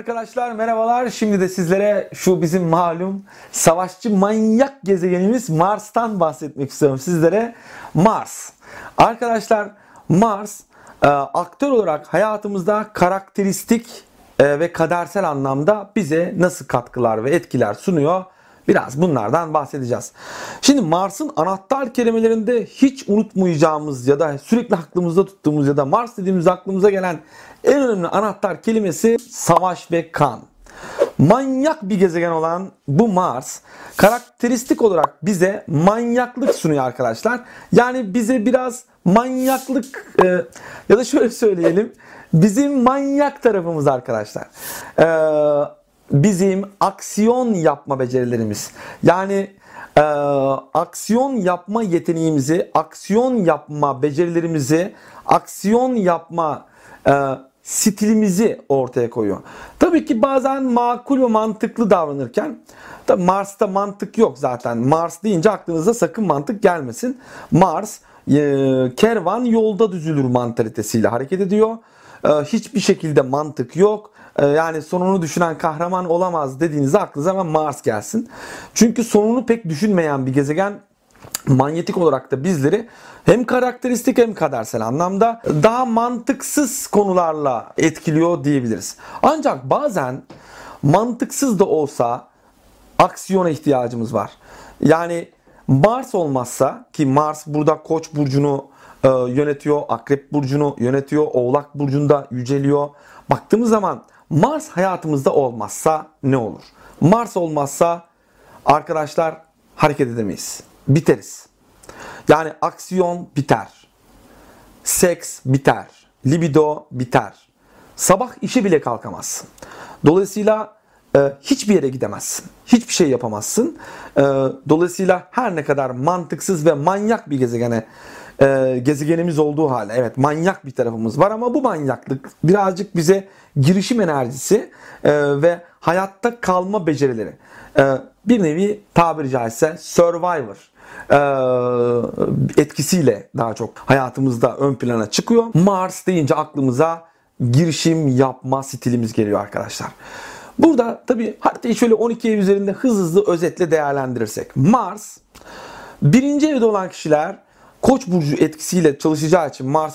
Arkadaşlar merhabalar. Şimdi de sizlere şu bizim malum savaşçı manyak gezegenimiz Mars'tan bahsetmek istiyorum sizlere. Mars. Arkadaşlar Mars aktör olarak hayatımızda karakteristik ve kadersel anlamda bize nasıl katkılar ve etkiler sunuyor? Biraz bunlardan bahsedeceğiz. Şimdi Mars'ın anahtar kelimelerinde hiç unutmayacağımız ya da sürekli aklımızda tuttuğumuz ya da Mars dediğimiz aklımıza gelen en önemli anahtar kelimesi savaş ve kan. Manyak bir gezegen olan bu Mars karakteristik olarak bize manyaklık sunuyor arkadaşlar. Yani bize biraz manyaklık ya da şöyle söyleyelim, bizim manyak tarafımız arkadaşlar. Bizim aksiyon yapma becerilerimiz, yani aksiyon yapma yeteneğimizi, aksiyon yapma becerilerimizi, aksiyon yapma stilimizi ortaya koyuyor. Tabii ki bazen makul ve mantıklı davranırken, tabii Mars'ta mantık yok zaten. Mars deyince aklınıza sakın mantık gelmesin. Mars kervan yolda düzülür mantalitesiyle hareket ediyor. Hiçbir şekilde mantık yok. Yani sonunu düşünen kahraman olamaz dediğinizde aklınıza hemen Mars gelsin. Çünkü sonunu pek düşünmeyen bir gezegen, manyetik olarak da bizleri hem karakteristik hem kadersel anlamda daha mantıksız konularla etkiliyor diyebiliriz. Ancak bazen mantıksız da olsa aksiyona ihtiyacımız var. Yani Mars olmazsa, ki Mars burada Koç burcunu yönetiyor, Akrep burcunu yönetiyor, Oğlak burcunda yüceliyor. Baktığımız zaman Mars hayatımızda olmazsa ne olur? Mars olmazsa arkadaşlar hareket edemeyiz. Biteriz. Yani aksiyon biter. Seks biter. Libido biter. Sabah işe bile kalkamazsın. Dolayısıyla hiçbir yere gidemezsin. Hiçbir şey yapamazsın. Dolayısıyla her ne kadar mantıksız ve manyak bir gezegenimiz olduğu halde, evet, manyak bir tarafımız var ama bu manyaklık birazcık bize girişim enerjisi ve hayatta kalma becerileri, bir nevi tabiri caizse survivor etkisiyle daha çok hayatımızda ön plana çıkıyor. Mars deyince aklımıza girişim yapma stilimiz geliyor arkadaşlar. Burada tabii haritayı şöyle 12 ev üzerinde hızlı özetle değerlendirirsek, Mars birinci evde olan kişiler Koç burcu etkisiyle çalışacağı için Mars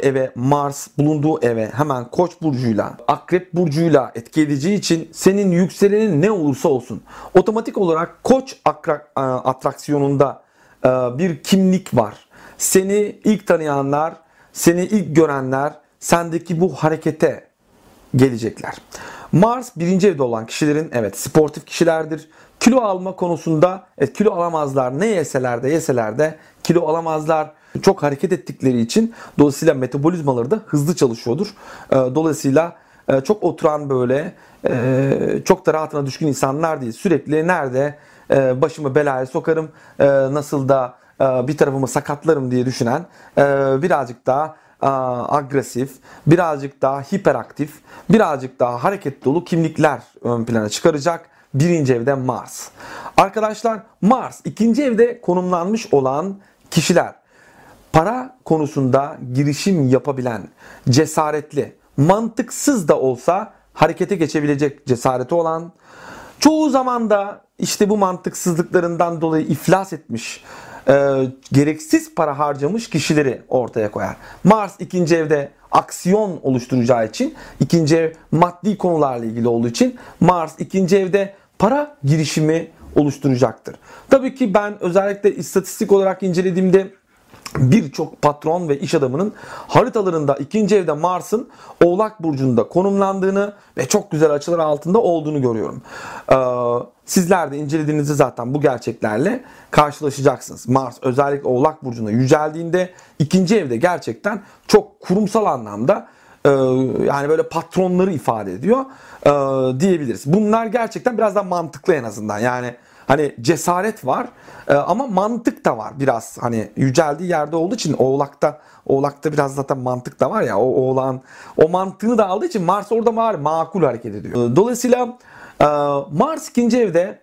bulunduğu eve hemen Koç burcuyla, Akrep burcuyla etki edeceği için senin yükselenin ne olursa olsun otomatik olarak Koç atraksiyonunda bir kimlik var. Seni ilk tanıyanlar, seni ilk görenler sendeki bu harekete gelecekler. Mars birinci evde olan kişilerin, evet, sportif kişilerdir. Kilo alma konusunda kilo alamazlar. Ne yeseler de kilo alamazlar. Çok hareket ettikleri için dolayısıyla metabolizmaları da hızlı çalışıyordur. Dolayısıyla çok oturan, böyle çok da rahatına düşkün insanlar değil. Sürekli nerede başımı belaya sokarım, nasıl da bir tarafımı sakatlarım diye düşünen, birazcık daha agresif, birazcık daha hiperaktif, birazcık daha hareket dolu kimlikler ön plana çıkaracak birinci evde Mars. Arkadaşlar Mars ikinci evde konumlanmış olan kişiler, para konusunda girişim yapabilen, cesaretli, mantıksız da olsa harekete geçebilecek cesareti olan, çoğu zaman da işte bu mantıksızlıklarından dolayı iflas etmiş, gereksiz para harcamış kişileri ortaya koyar. Mars ikinci evde aksiyon oluşturacağı için, ikinci ev maddi konularla ilgili olduğu için Mars ikinci evde para girişimi oluşturacaktır. Tabii ki ben özellikle istatistik olarak incelediğimde birçok patron ve iş adamının haritalarında ikinci evde Mars'ın Oğlak burcunda konumlandığını ve çok güzel açılar altında olduğunu görüyorum. Sizler de incelediğinizde zaten bu gerçeklerle karşılaşacaksınız. Mars özellikle Oğlak burcuna yüceldiğinde ikinci evde gerçekten çok kurumsal anlamda, yani böyle patronları ifade ediyor diyebiliriz. Bunlar gerçekten biraz daha mantıklı en azından. Yani hani cesaret var ama mantık da var biraz. Hani yüceldiği yerde olduğu için Oğlak'ta biraz zaten mantık da var ya, o mantığını da aldığı için Mars orada makul hareket ediyor. Dolayısıyla Mars ikinci evde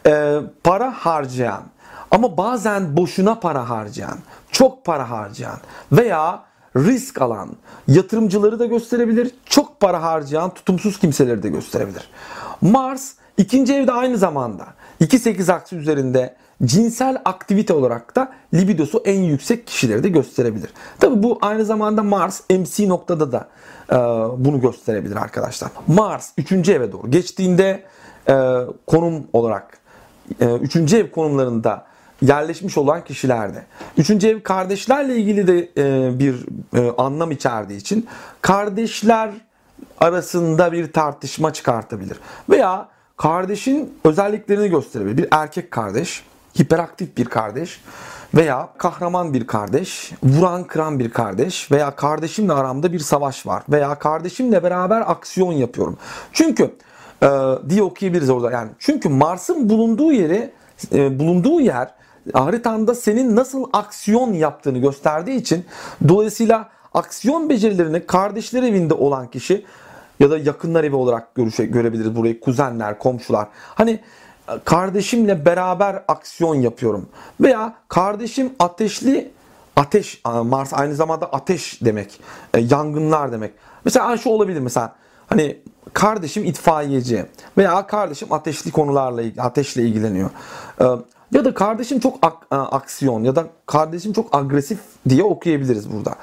para harcayan ama bazen boşuna para harcayan, çok para harcayan veya risk alan yatırımcıları da gösterebilir. Çok para harcayan tutumsuz kimseleri de gösterebilir. Mars ikinci evde aynı zamanda 2-8 aksi üzerinde cinsel aktivite olarak da libidosu en yüksek kişileri de gösterebilir. Tabi bu aynı zamanda Mars MC noktada da bunu gösterebilir arkadaşlar. Mars 3. eve doğru geçtiğinde konum olarak 3. ev konumlarında yerleşmiş olan kişilerde 3. ev kardeşlerle ilgili de bir anlam içerdiği için kardeşler arasında bir tartışma çıkartabilir. Veya kardeşin özelliklerini gösterebilir. Bir erkek kardeş, hiperaktif bir kardeş veya kahraman bir kardeş, vuran kıran bir kardeş veya kardeşimle aramda bir savaş var veya kardeşimle beraber aksiyon yapıyorum. Çünkü diye okuyabiliriz orada yani. Çünkü Mars'ın bulunduğu yer haritanda senin nasıl aksiyon yaptığını gösterdiği için dolayısıyla aksiyon becerilerini kardeşler evinde olan kişi ya da yakınlar evi olarak görebiliriz burayı. Kuzenler, komşular. Hani kardeşimle beraber aksiyon yapıyorum. Veya kardeşim ateş, Mars aynı zamanda ateş demek. Yangınlar demek. Mesela şu olabilir mesela. Hani kardeşim itfaiyeci veya kardeşim ateşli konularla ateşle ilgileniyor. Ya da kardeşim çok aksiyon ya da kardeşim çok agresif diye okuyabiliriz burada.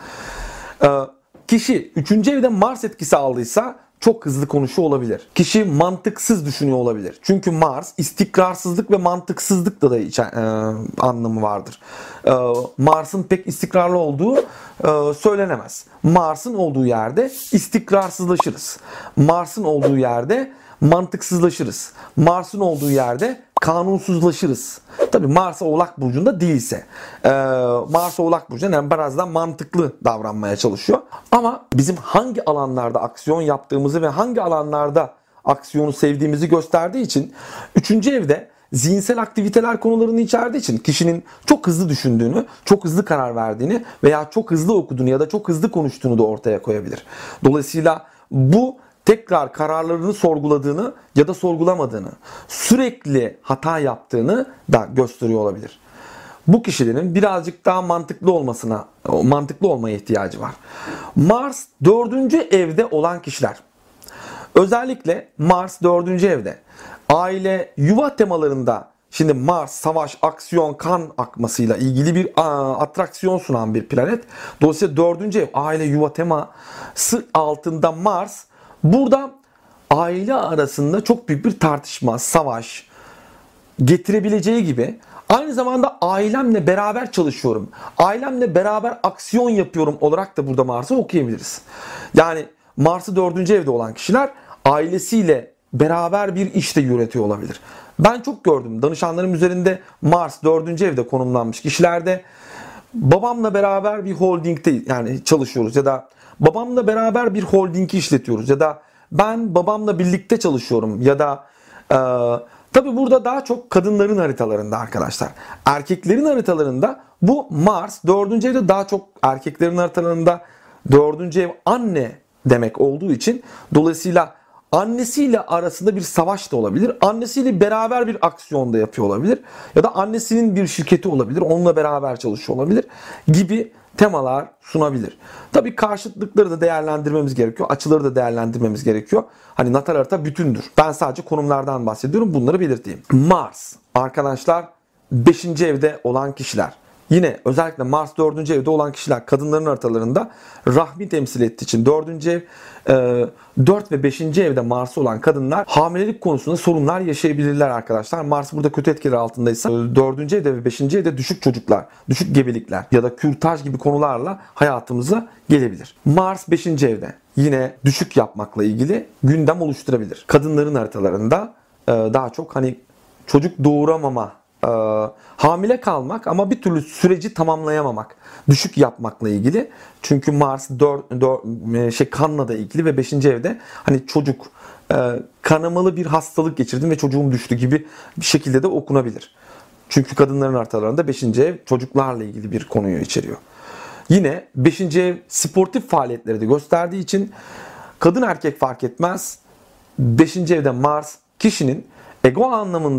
Kişi 3. evde Mars etkisi aldıysa çok hızlı konuşuyor olabilir. Kişi mantıksız düşünüyor olabilir. Çünkü Mars istikrarsızlık ve mantıksızlıkla da anlamı vardır. Mars'ın pek istikrarlı olduğu söylenemez. Mars'ın olduğu yerde istikrarsızlaşırız. Mars'ın olduğu yerde mantıksızlaşırız. Mars'ın olduğu yerde kanunsuzlaşırız. Tabii Mars Oğlak Burcu'nda değilse. Mars Oğlak Burcu'nda yani biraz daha mantıklı davranmaya çalışıyor. Ama bizim hangi alanlarda aksiyon yaptığımızı ve hangi alanlarda aksiyonu sevdiğimizi gösterdiği için 3. evde zihinsel aktiviteler konularını içerdiği için kişinin çok hızlı düşündüğünü, çok hızlı karar verdiğini veya çok hızlı okuduğunu ya da çok hızlı konuştuğunu da ortaya koyabilir. Dolayısıyla bu tekrar kararlarını sorguladığını ya da sorgulamadığını, sürekli hata yaptığını da gösteriyor olabilir. Bu kişilerin birazcık daha mantıklı olmaya ihtiyacı var. Mars 4. evde olan kişiler. Özellikle Mars 4. evde aile, yuva temalarında şimdi Mars savaş, aksiyon, kan akmasıyla ilgili bir atraksiyon sunan bir planet. Dolayısıyla 4. ev aile, yuva teması altında Mars burada aile arasında çok büyük bir tartışma, savaş getirebileceği gibi aynı zamanda ailemle beraber çalışıyorum, ailemle beraber aksiyon yapıyorum olarak da burada Mars'ı okuyabiliriz. Yani Mars'ı 4. evde olan kişiler ailesiyle beraber bir işte yürütüyor olabilir. Ben çok gördüm danışanlarım üzerinde Mars 4. evde konumlanmış kişilerde babamla beraber bir holdingde yani çalışıyoruz ya da babamla beraber bir holdingi işletiyoruz ya da ben babamla birlikte çalışıyorum ya da tabii burada daha çok kadınların haritalarında arkadaşlar. Erkeklerin haritalarında bu Mars 4. evde daha çok erkeklerin haritalarında 4. ev anne demek olduğu için dolayısıyla annesiyle arasında bir savaş da olabilir. Annesiyle beraber bir aksiyon da yapıyor olabilir. Ya da annesinin bir şirketi olabilir. Onunla beraber çalışıyor olabilir gibi temalar sunabilir. Tabii karşıtlıkları da değerlendirmemiz gerekiyor. Açıları da değerlendirmemiz gerekiyor. Hani natal harita bütündür. Ben sadece konumlardan bahsediyorum. Bunları belirteyim. Mars arkadaşlar 5. evde olan kişiler. Yine özellikle Mars 4. evde olan kişiler kadınların haritalarında rahmi temsil ettiği için 4. ev 4 ve 5. evde Mars olan kadınlar hamilelik konusunda sorunlar yaşayabilirler arkadaşlar. Mars burada kötü etkiler altındaysa 4. evde ve 5. evde düşük çocuklar, düşük gebelikler ya da kürtaj gibi konularla hayatımıza gelebilir. Mars 5. evde yine düşük yapmakla ilgili gündem oluşturabilir. Kadınların haritalarında daha çok hani çocuk doğuramama, hamile kalmak ama bir türlü süreci tamamlayamamak, düşük yapmakla ilgili. Çünkü Mars kanla da ilgili ve 5. evde hani çocuk kanamalı bir hastalık geçirdim ve çocuğum düştü gibi bir şekilde de okunabilir. Çünkü kadınların haritalarında 5. ev çocuklarla ilgili bir konuyu içeriyor. Yine 5. ev sportif faaliyetleri de gösterdiği için kadın erkek fark etmez. 5. evde Mars kişinin ego anlamında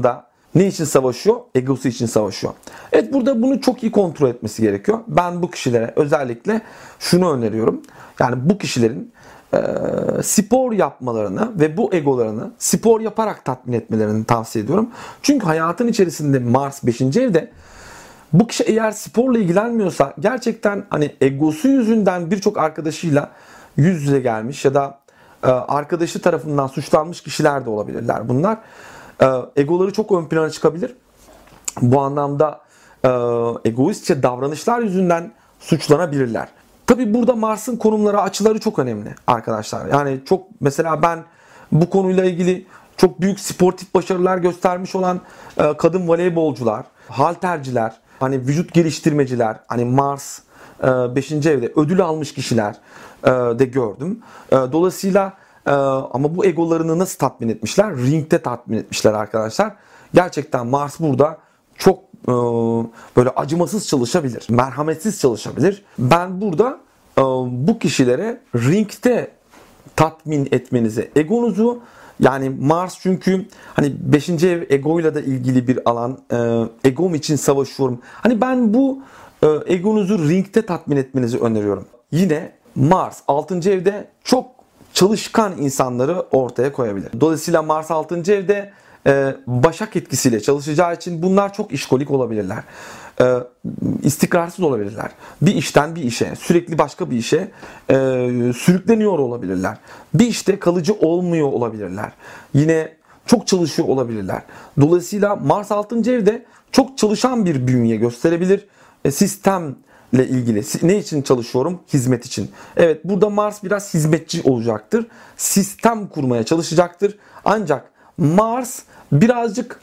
Ne için savaşıyor? Egosu için savaşıyor. Evet, burada bunu çok iyi kontrol etmesi gerekiyor. Ben bu kişilere özellikle şunu öneriyorum. Yani bu kişilerin spor yapmalarını ve bu egolarını spor yaparak tatmin etmelerini tavsiye ediyorum. Çünkü hayatın içerisinde Mars 5. evde bu kişi eğer sporla ilgilenmiyorsa gerçekten hani egosu yüzünden birçok arkadaşıyla yüz yüze gelmiş ya da arkadaşı tarafından suçlanmış kişiler de olabilirler bunlar. Egoları çok ön plana çıkabilir. Bu anlamda egoistçe davranışlar yüzünden suçlanabilirler. Tabi burada Mars'ın konumları, açıları çok önemli arkadaşlar. Yani çok, mesela ben bu konuyla ilgili çok büyük sportif başarılar göstermiş olan kadın voleybolcular, halterciler, hani vücut geliştirmeciler, hani Mars 5. evde ödül almış kişiler de gördüm. Dolayısıyla ama bu egolarını nasıl tatmin etmişler? Ringde tatmin etmişler arkadaşlar. Gerçekten Mars burada çok böyle acımasız çalışabilir, merhametsiz çalışabilir. Ben burada bu kişilere ringde tatmin etmenizi, egonuzu, yani Mars çünkü hani 5. ev egoyla da ilgili bir alan. Egom için savaşıyorum. Hani ben bu egonuzu ringde tatmin etmenizi öneriyorum. Yine Mars 6. evde çok çalışkan insanları ortaya koyabilir. Dolayısıyla Mars 6. evde Başak etkisiyle çalışacağı için bunlar çok işkolik olabilirler. İstikrarsız olabilirler. Bir işten bir işe, sürekli başka bir işe sürükleniyor olabilirler. Bir işte kalıcı olmuyor olabilirler. Yine çok çalışıyor olabilirler. Dolayısıyla Mars 6. evde çok çalışan bir bünye gösterebilir. Sistemle ilgili. Ne için çalışıyorum? Hizmet için. Evet, burada Mars biraz hizmetçi olacaktır. Sistem kurmaya çalışacaktır. Ancak Mars birazcık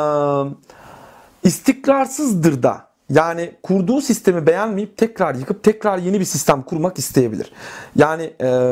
istikrarsızdır da. Yani kurduğu sistemi beğenmeyip tekrar yıkıp tekrar yeni bir sistem kurmak isteyebilir. Yani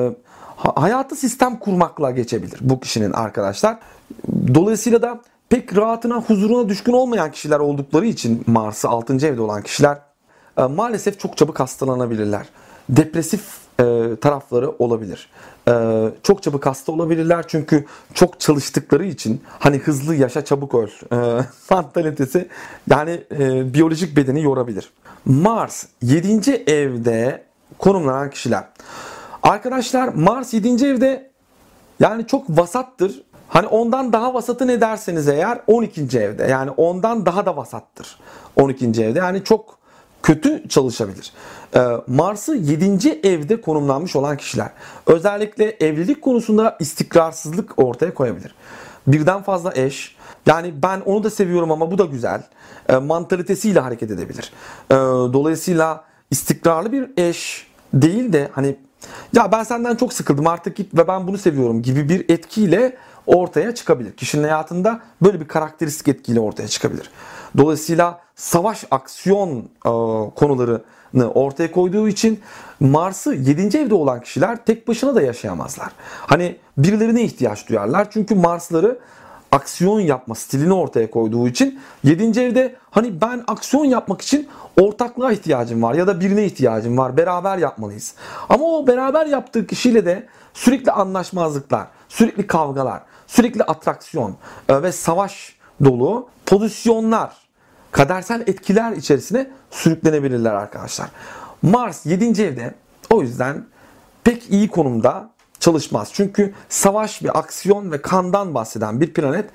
hayatı sistem kurmakla geçebilir bu kişinin arkadaşlar. Dolayısıyla da pek rahatına, huzuruna düşkün olmayan kişiler oldukları için Mars'ı 6. evde olan kişiler maalesef çok çabuk hastalanabilirler. Depresif tarafları olabilir. Çok çabuk hasta olabilirler çünkü çok çalıştıkları için, hani hızlı yaşa çabuk öl mantalitesi, yani biyolojik bedeni yorabilir. Mars 7. evde konumlanan kişiler. Arkadaşlar Mars 7. evde yani çok vasattır. Hani ondan daha vasatı ne derseniz eğer 12. evde, yani ondan daha da vasattır 12. evde, yani çok kötü çalışabilir. Mars'ı 7. evde konumlanmış olan kişiler özellikle evlilik konusunda istikrarsızlık ortaya koyabilir. Birden fazla eş, yani ben onu da seviyorum ama bu da güzel mantalitesiyle hareket edebilir. Dolayısıyla istikrarlı bir eş değil de hani ya ben senden çok sıkıldım artık git ve ben bunu seviyorum gibi bir etkiyle ortaya çıkabilir. Kişinin hayatında böyle bir karakteristik etkiyle ortaya çıkabilir. Dolayısıyla savaş, aksiyon konularını ortaya koyduğu için Mars'ı 7. evde olan kişiler tek başına da yaşayamazlar. Hani birilerine ihtiyaç duyarlar. Çünkü Mars'ları aksiyon yapma stilini ortaya koyduğu için 7. evde hani ben aksiyon yapmak için ortaklığa ihtiyacım var ya da birine ihtiyacım var. Beraber yapmalıyız. Ama o beraber yaptığı kişiyle de sürekli anlaşmazlıklar, sürekli kavgalar, sürekli atraksiyon ve savaş dolu pozisyonlar, kadersel etkiler içerisine sürüklenebilirler arkadaşlar. Mars 7. evde o yüzden pek iyi konumda çalışmaz. Çünkü savaş ve aksiyon ve kandan bahseden bir planet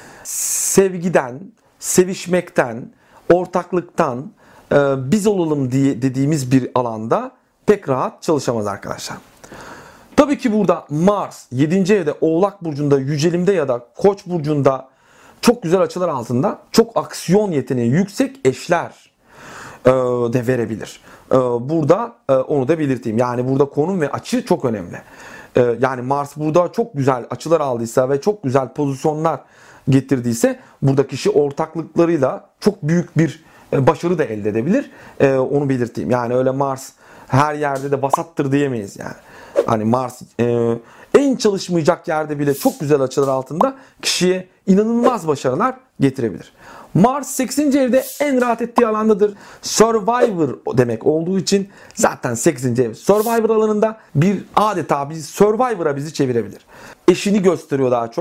sevgiden, sevişmekten, ortaklıktan, biz olalım diye dediğimiz bir alanda pek rahat çalışamaz arkadaşlar. Tabii ki burada Mars 7. evde Oğlak Burcu'nda, Yücelim'de ya da Koç Burcu'nda çok güzel açılar altında çok aksiyon yeteneği yüksek eşler de verebilir. Burada onu da belirteyim. Yani burada konum ve açı çok önemli. Yani Mars burada çok güzel açılar aldıysa ve çok güzel pozisyonlar getirdiyse burada kişi ortaklıklarıyla çok büyük bir başarı da elde edebilir. Onu belirteyim. Yani öyle Mars her yerde de vasattır diyemeyiz yani. Hani Mars en çalışmayacak yerde bile çok güzel açılar altında kişiye inanılmaz başarılar getirebilir. Mars 8. evde en rahat ettiği alandadır. Survivor demek olduğu için zaten 8. ev Survivor alanında bir adeta bir Survivor'a bizi çevirebilir. Eşini gösteriyor daha çok.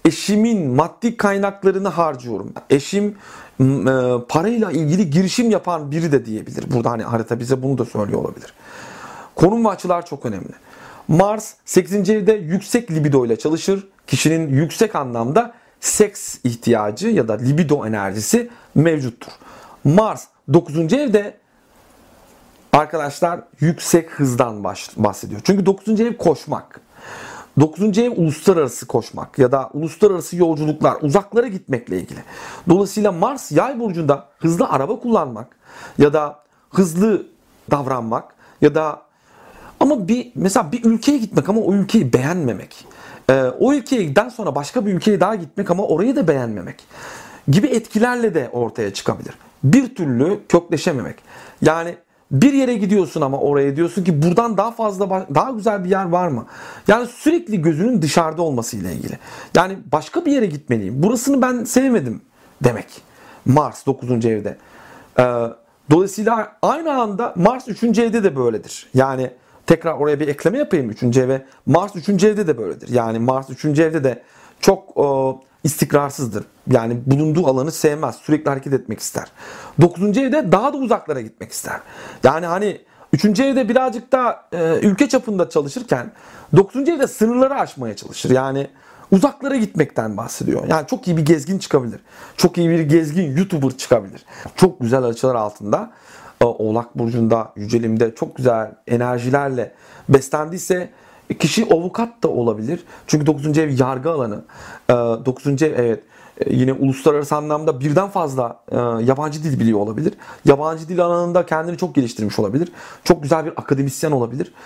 eşimin maddi kaynaklarını harcıyorum. Eşim parayla ilgili girişim yapan biri de diyebilir. Burada hani harita bize bunu da söylüyor olabilir. Konum ve açılar çok önemli. Mars 8. evde yüksek libido ile çalışır. Kişinin yüksek anlamda seks ihtiyacı ya da libido enerjisi mevcuttur. Mars 9. evde arkadaşlar yüksek hızdan bahsediyor. Çünkü 9. ev koşmak. 9. ev uluslararası koşmak ya da uluslararası yolculuklar, uzaklara gitmekle ilgili. Dolayısıyla Mars Yay burcunda hızlı araba kullanmak ya da hızlı davranmak ya da ama mesela bir ülkeye gitmek ama o ülkeyi beğenmemek. O ülkeden sonra başka bir ülkeye daha gitmek ama orayı da beğenmemek gibi etkilerle de ortaya çıkabilir. Bir türlü kökleşememek. Yani bir yere gidiyorsun ama oraya diyorsun ki buradan daha fazla, daha güzel bir yer var mı? Yani sürekli gözünün dışarıda olması ile ilgili. Yani başka bir yere gitmeliyim. Burasını ben sevmedim demek. Mars 9. evde. Dolayısıyla aynı anda Mars 3. evde de böyledir. Yani tekrar oraya bir ekleme yapayım 3. eve. Mars 3. evde de böyledir. Yani Mars 3. evde de çok istikrarsızdır. Yani bulunduğu alanı sevmez. Sürekli hareket etmek ister. 9. evde daha da uzaklara gitmek ister. Yani hani 3. evde birazcık daha ülke çapında çalışırken 9. evde sınırları aşmaya çalışır. Yani uzaklara gitmekten bahsediyor. Yani çok iyi bir gezgin çıkabilir. Çok iyi bir gezgin YouTuber çıkabilir. Çok güzel açılar altında. Oğlak burcunda, yücelimde çok güzel enerjilerle beslendiyse kişi avukat da olabilir. Çünkü 9. ev yargı alanı. 9. ev evet yine uluslararası anlamda birden fazla yabancı dil biliyor olabilir. Yabancı dil alanında kendini çok geliştirmiş olabilir. Çok güzel bir akademisyen olabilir.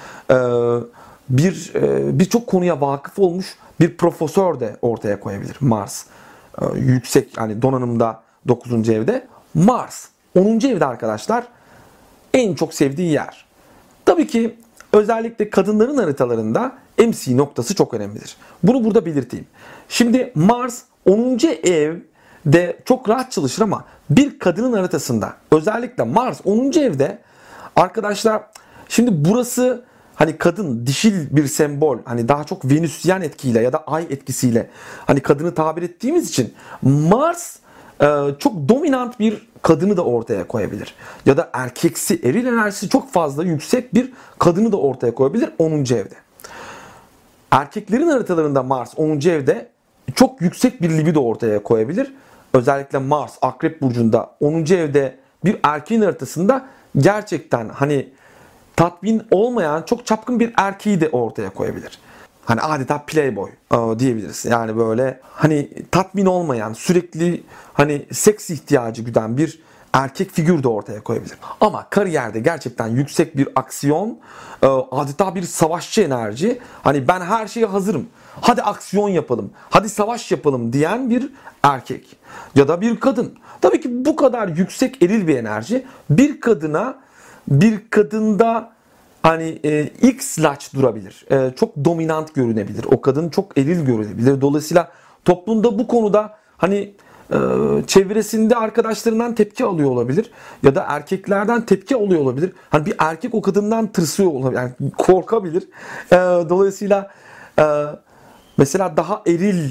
Birçok konuya vakıf olmuş bir profesör de ortaya koyabilir Mars. Yüksek yani donanımda 9. evde. Mars 10. evde arkadaşlar en çok sevdiği yer. Tabii ki özellikle kadınların haritalarında MC noktası çok önemlidir. Bunu burada belirteyim. Şimdi Mars 10. evde çok rahat çalışır ama bir kadının haritasında özellikle Mars 10. evde arkadaşlar şimdi burası hani kadın dişil bir sembol hani daha çok Venüsyen etkiyle ya da ay etkisiyle hani kadını tabir ettiğimiz için Mars çok dominant bir kadını da ortaya koyabilir. Ya da erkeksi, eril enerjisi çok fazla yüksek bir kadını da ortaya koyabilir 10. evde. Erkeklerin haritalarında Mars 10. evde çok yüksek bir libido ortaya koyabilir. Özellikle Mars Akrep burcunda 10. evde bir erkeğin haritasında gerçekten hani tatmin olmayan çok çapkın bir erkeği de ortaya koyabilir. Hani adeta playboy diyebiliriz. Yani böyle hani tatmin olmayan, sürekli hani seks ihtiyacı güden bir erkek figür de ortaya koyabilir. Ama kariyerde gerçekten yüksek bir aksiyon, adeta bir savaşçı enerji. Hani ben her şeye hazırım. Hadi aksiyon yapalım. Hadi savaş yapalım diyen bir erkek ya da bir kadın. Tabii ki bu kadar yüksek eril bir enerji bir kadında hani X laç durabilir. Çok dominant görünebilir. O kadın çok eril görünebilir. Dolayısıyla toplumda bu konuda hani çevresinde arkadaşlarından tepki alıyor olabilir. Ya da erkeklerden tepki alıyor olabilir. Hani bir erkek o kadından tırsıyor olabilir. Yani korkabilir. Dolayısıyla mesela daha eril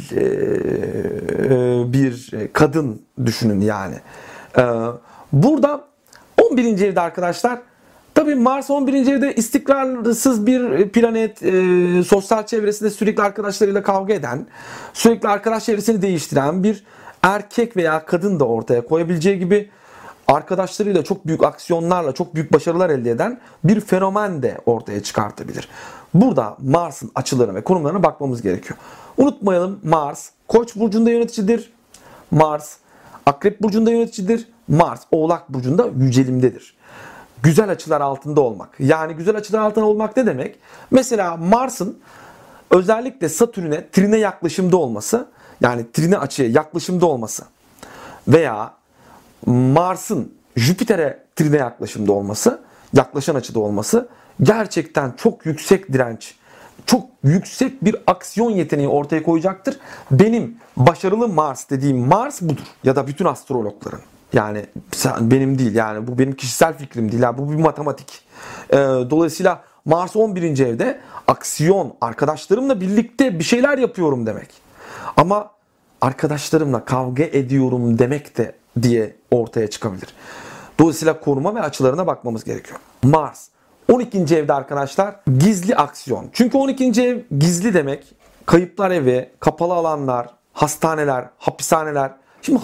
bir kadın düşünün yani. Burada 11. evde arkadaşlar tabii Mars 11. evde istikrarsız bir planet, sosyal çevresinde sürekli arkadaşlarıyla kavga eden, sürekli arkadaş çevresini değiştiren bir erkek veya kadın da ortaya koyabileceği gibi arkadaşlarıyla çok büyük aksiyonlarla çok büyük başarılar elde eden bir fenomen de ortaya çıkartabilir. Burada Mars'ın açılarına ve konumlarına bakmamız gerekiyor. Unutmayalım Mars Koç burcunda yöneticidir. Mars Akrep burcunda yöneticidir. Mars Oğlak burcunda yücelimdedir. Güzel açılar altında olmak. Yani güzel açılar altında olmak ne demek? Mesela Mars'ın özellikle Satürn'e trine yaklaşımda olması, yani trine açıya yaklaşımda olması veya Mars'ın Jüpiter'e trine yaklaşımda olması, yaklaşan açıda olması gerçekten çok yüksek direnç, çok yüksek bir aksiyon yeteneği ortaya koyacaktır. Benim başarılı Mars dediğim Mars budur. Ya da bütün astrologların. Yani benim değil, yani bu benim kişisel fikrim değil. Yani bu bir matematik. Dolayısıyla Mars 11. evde aksiyon, arkadaşlarımla birlikte bir şeyler yapıyorum demek. Ama arkadaşlarımla kavga ediyorum demek de diye ortaya çıkabilir. Dolayısıyla koruma ve açılarına bakmamız gerekiyor. Mars 12. evde arkadaşlar gizli aksiyon. Çünkü 12. ev gizli demek. Kayıplar evi, kapalı alanlar, hastaneler, hapishaneler. Şimdi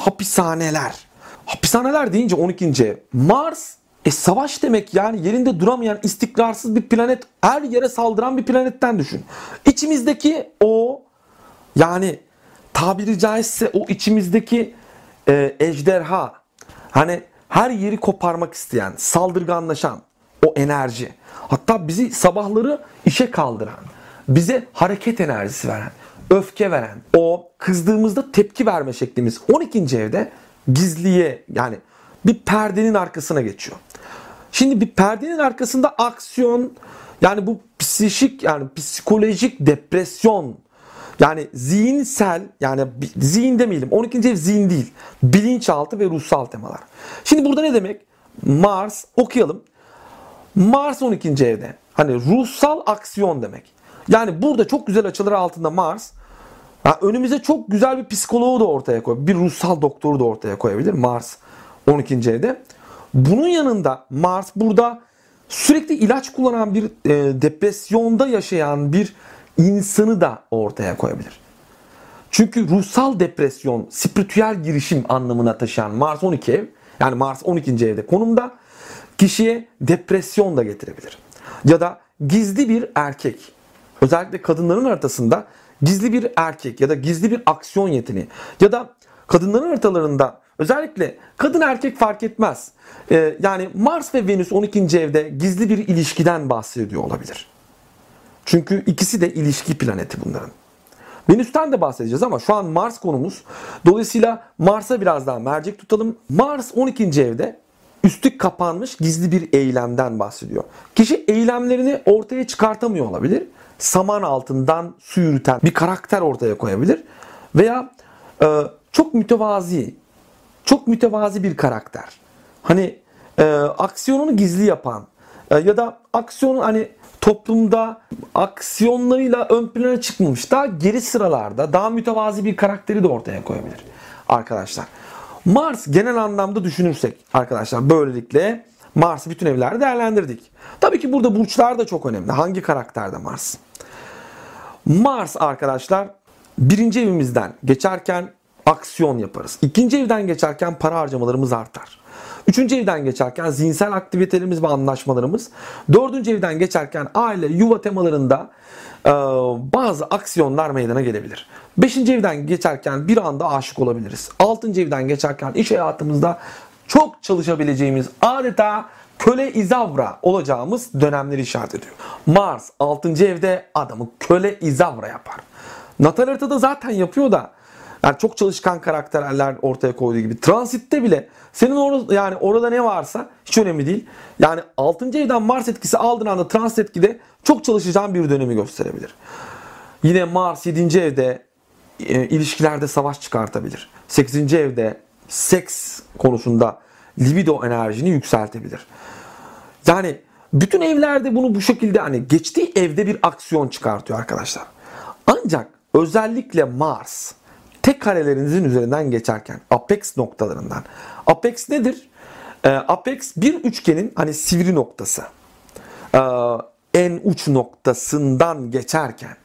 hapishaneler deyince 12. ev. Mars savaş demek, yani yerinde duramayan, istikrarsız bir planet, her yere saldıran bir planetten düşün. İçimizdeki o, yani tabiri caizse o içimizdeki ejderha, hani her yeri koparmak isteyen, saldırganlaşan o enerji, hatta bizi sabahları işe kaldıran, bize hareket enerjisi veren, öfke veren, o kızdığımızda tepki verme şeklimiz 12. evde gizliye, yani bir perdenin arkasına geçiyor. Şimdi bir perdenin arkasında aksiyon, yani bu psikik, yani psikolojik depresyon, yani zihinsel, yani zihin demeyelim, 12. ev zihin değil, bilinçaltı ve ruhsal temalar. Şimdi burada ne demek? Mars, okuyalım. Mars 12. evde. Hani ruhsal aksiyon demek. Yani burada çok güzel açıları altında Mars, önümüze çok güzel bir psikoloğu da ortaya koyabilir. Bir ruhsal doktoru da ortaya koyabilir Mars 12. evde. Bunun yanında Mars burada sürekli ilaç kullanan bir depresyonda yaşayan bir insanı da ortaya koyabilir. Çünkü ruhsal depresyon, spiritüel girişim anlamına taşıyan Mars 12 ev, yani Mars 12. evde konumda, kişiye depresyon da getirebilir. Ya da gizli bir erkek, özellikle kadınların haritasında gizli bir erkek ya da gizli bir aksiyon yeteneği ya da kadınların haritalarında özellikle kadın erkek fark etmez. Yani Mars ve Venüs 12. evde gizli bir ilişkiden bahsediyor olabilir. Çünkü ikisi de ilişki planeti bunların. Venüs'ten de bahsedeceğiz ama şu an Mars konumuz. Dolayısıyla Mars'a biraz daha mercek tutalım. Mars 12. evde üstü kapanmış gizli bir eylemden bahsediyor. Kişi eylemlerini ortaya çıkartamıyor olabilir. Saman altından su yürüten bir karakter ortaya koyabilir. Veya çok mütevazi bir karakter. Hani aksiyonunu gizli yapan ya da aksiyonu hani toplumda aksiyonlarıyla ön plana çıkmamış, daha geri sıralarda daha mütevazi bir karakteri de ortaya koyabilir arkadaşlar. Mars genel anlamda düşünürsek arkadaşlar, böylelikle Mars'ı bütün evlerde değerlendirdik. Tabii ki burada burçlar da çok önemli. Hangi karakterde Mars? Mars arkadaşlar 1. evimizden geçerken aksiyon yaparız. 2. evden geçerken para harcamalarımız artar. 3. evden geçerken zihinsel aktivitelerimiz ve anlaşmalarımız. 4. evden geçerken aile, yuva temalarında bazı aksiyonlar meydana gelebilir. 5. evden geçerken bir anda aşık olabiliriz. 6. evden geçerken iş hayatımızda çok çalışabileceğimiz, adeta köle izavra olacağımız dönemleri işaret ediyor. Mars 6. evde adamı köle izavra yapar. Natal haritada zaten yapıyor da, yani çok çalışkan karakterler ortaya koyduğu gibi transitte bile senin orada ne varsa hiç önemli değil. Yani 6. evden Mars etkisi aldığın anda transit etkide çok çalışacağın bir dönemi gösterebilir. Yine Mars 7. evde ilişkilerde savaş çıkartabilir. 8. evde seks konusunda libido enerjini yükseltebilir. Yani bütün evlerde bunu bu şekilde, hani geçtiği evde bir aksiyon çıkartıyor arkadaşlar. Ancak özellikle Mars tek karelerinizin üzerinden geçerken, apex noktalarından. Apex nedir? Apex bir üçgenin hani sivri noktası. En uç noktasından geçerken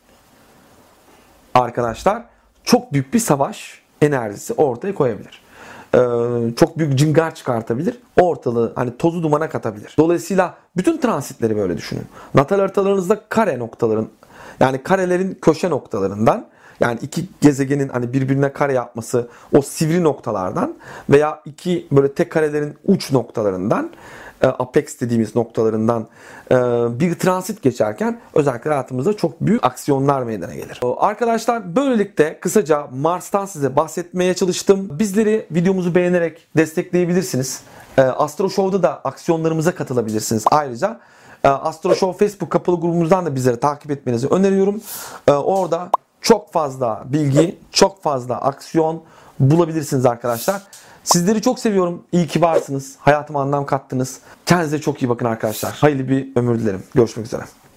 arkadaşlar çok büyük bir savaş enerjisi ortaya koyabilir. Çok büyük cıngar çıkartabilir. Ortalığı hani tozu dumana katabilir. Dolayısıyla bütün transitleri böyle düşünün. Natal haritalarınızda kare noktaların, yani karelerin köşe noktalarından, yani iki gezegenin hani birbirine kare yapması, o sivri noktalardan veya iki böyle tek karelerin uç noktalarından, apex dediğimiz noktalarından bir transit geçerken özellikle hayatımızda çok büyük aksiyonlar meydana gelir. Arkadaşlar, böylelikle kısaca Mars'tan size bahsetmeye çalıştım. Bizleri videomuzu beğenerek destekleyebilirsiniz. Astro Show'da da aksiyonlarımıza katılabilirsiniz. Ayrıca Astro Show Facebook kapalı grubumuzdan da bizleri takip etmenizi öneriyorum. Orada çok fazla bilgi, çok fazla aksiyon bulabilirsiniz arkadaşlar. Sizleri çok seviyorum. İyi ki varsınız. Hayatıma anlam kattınız. Kendinize çok iyi bakın arkadaşlar. Hayırlı bir ömür dilerim. Görüşmek üzere.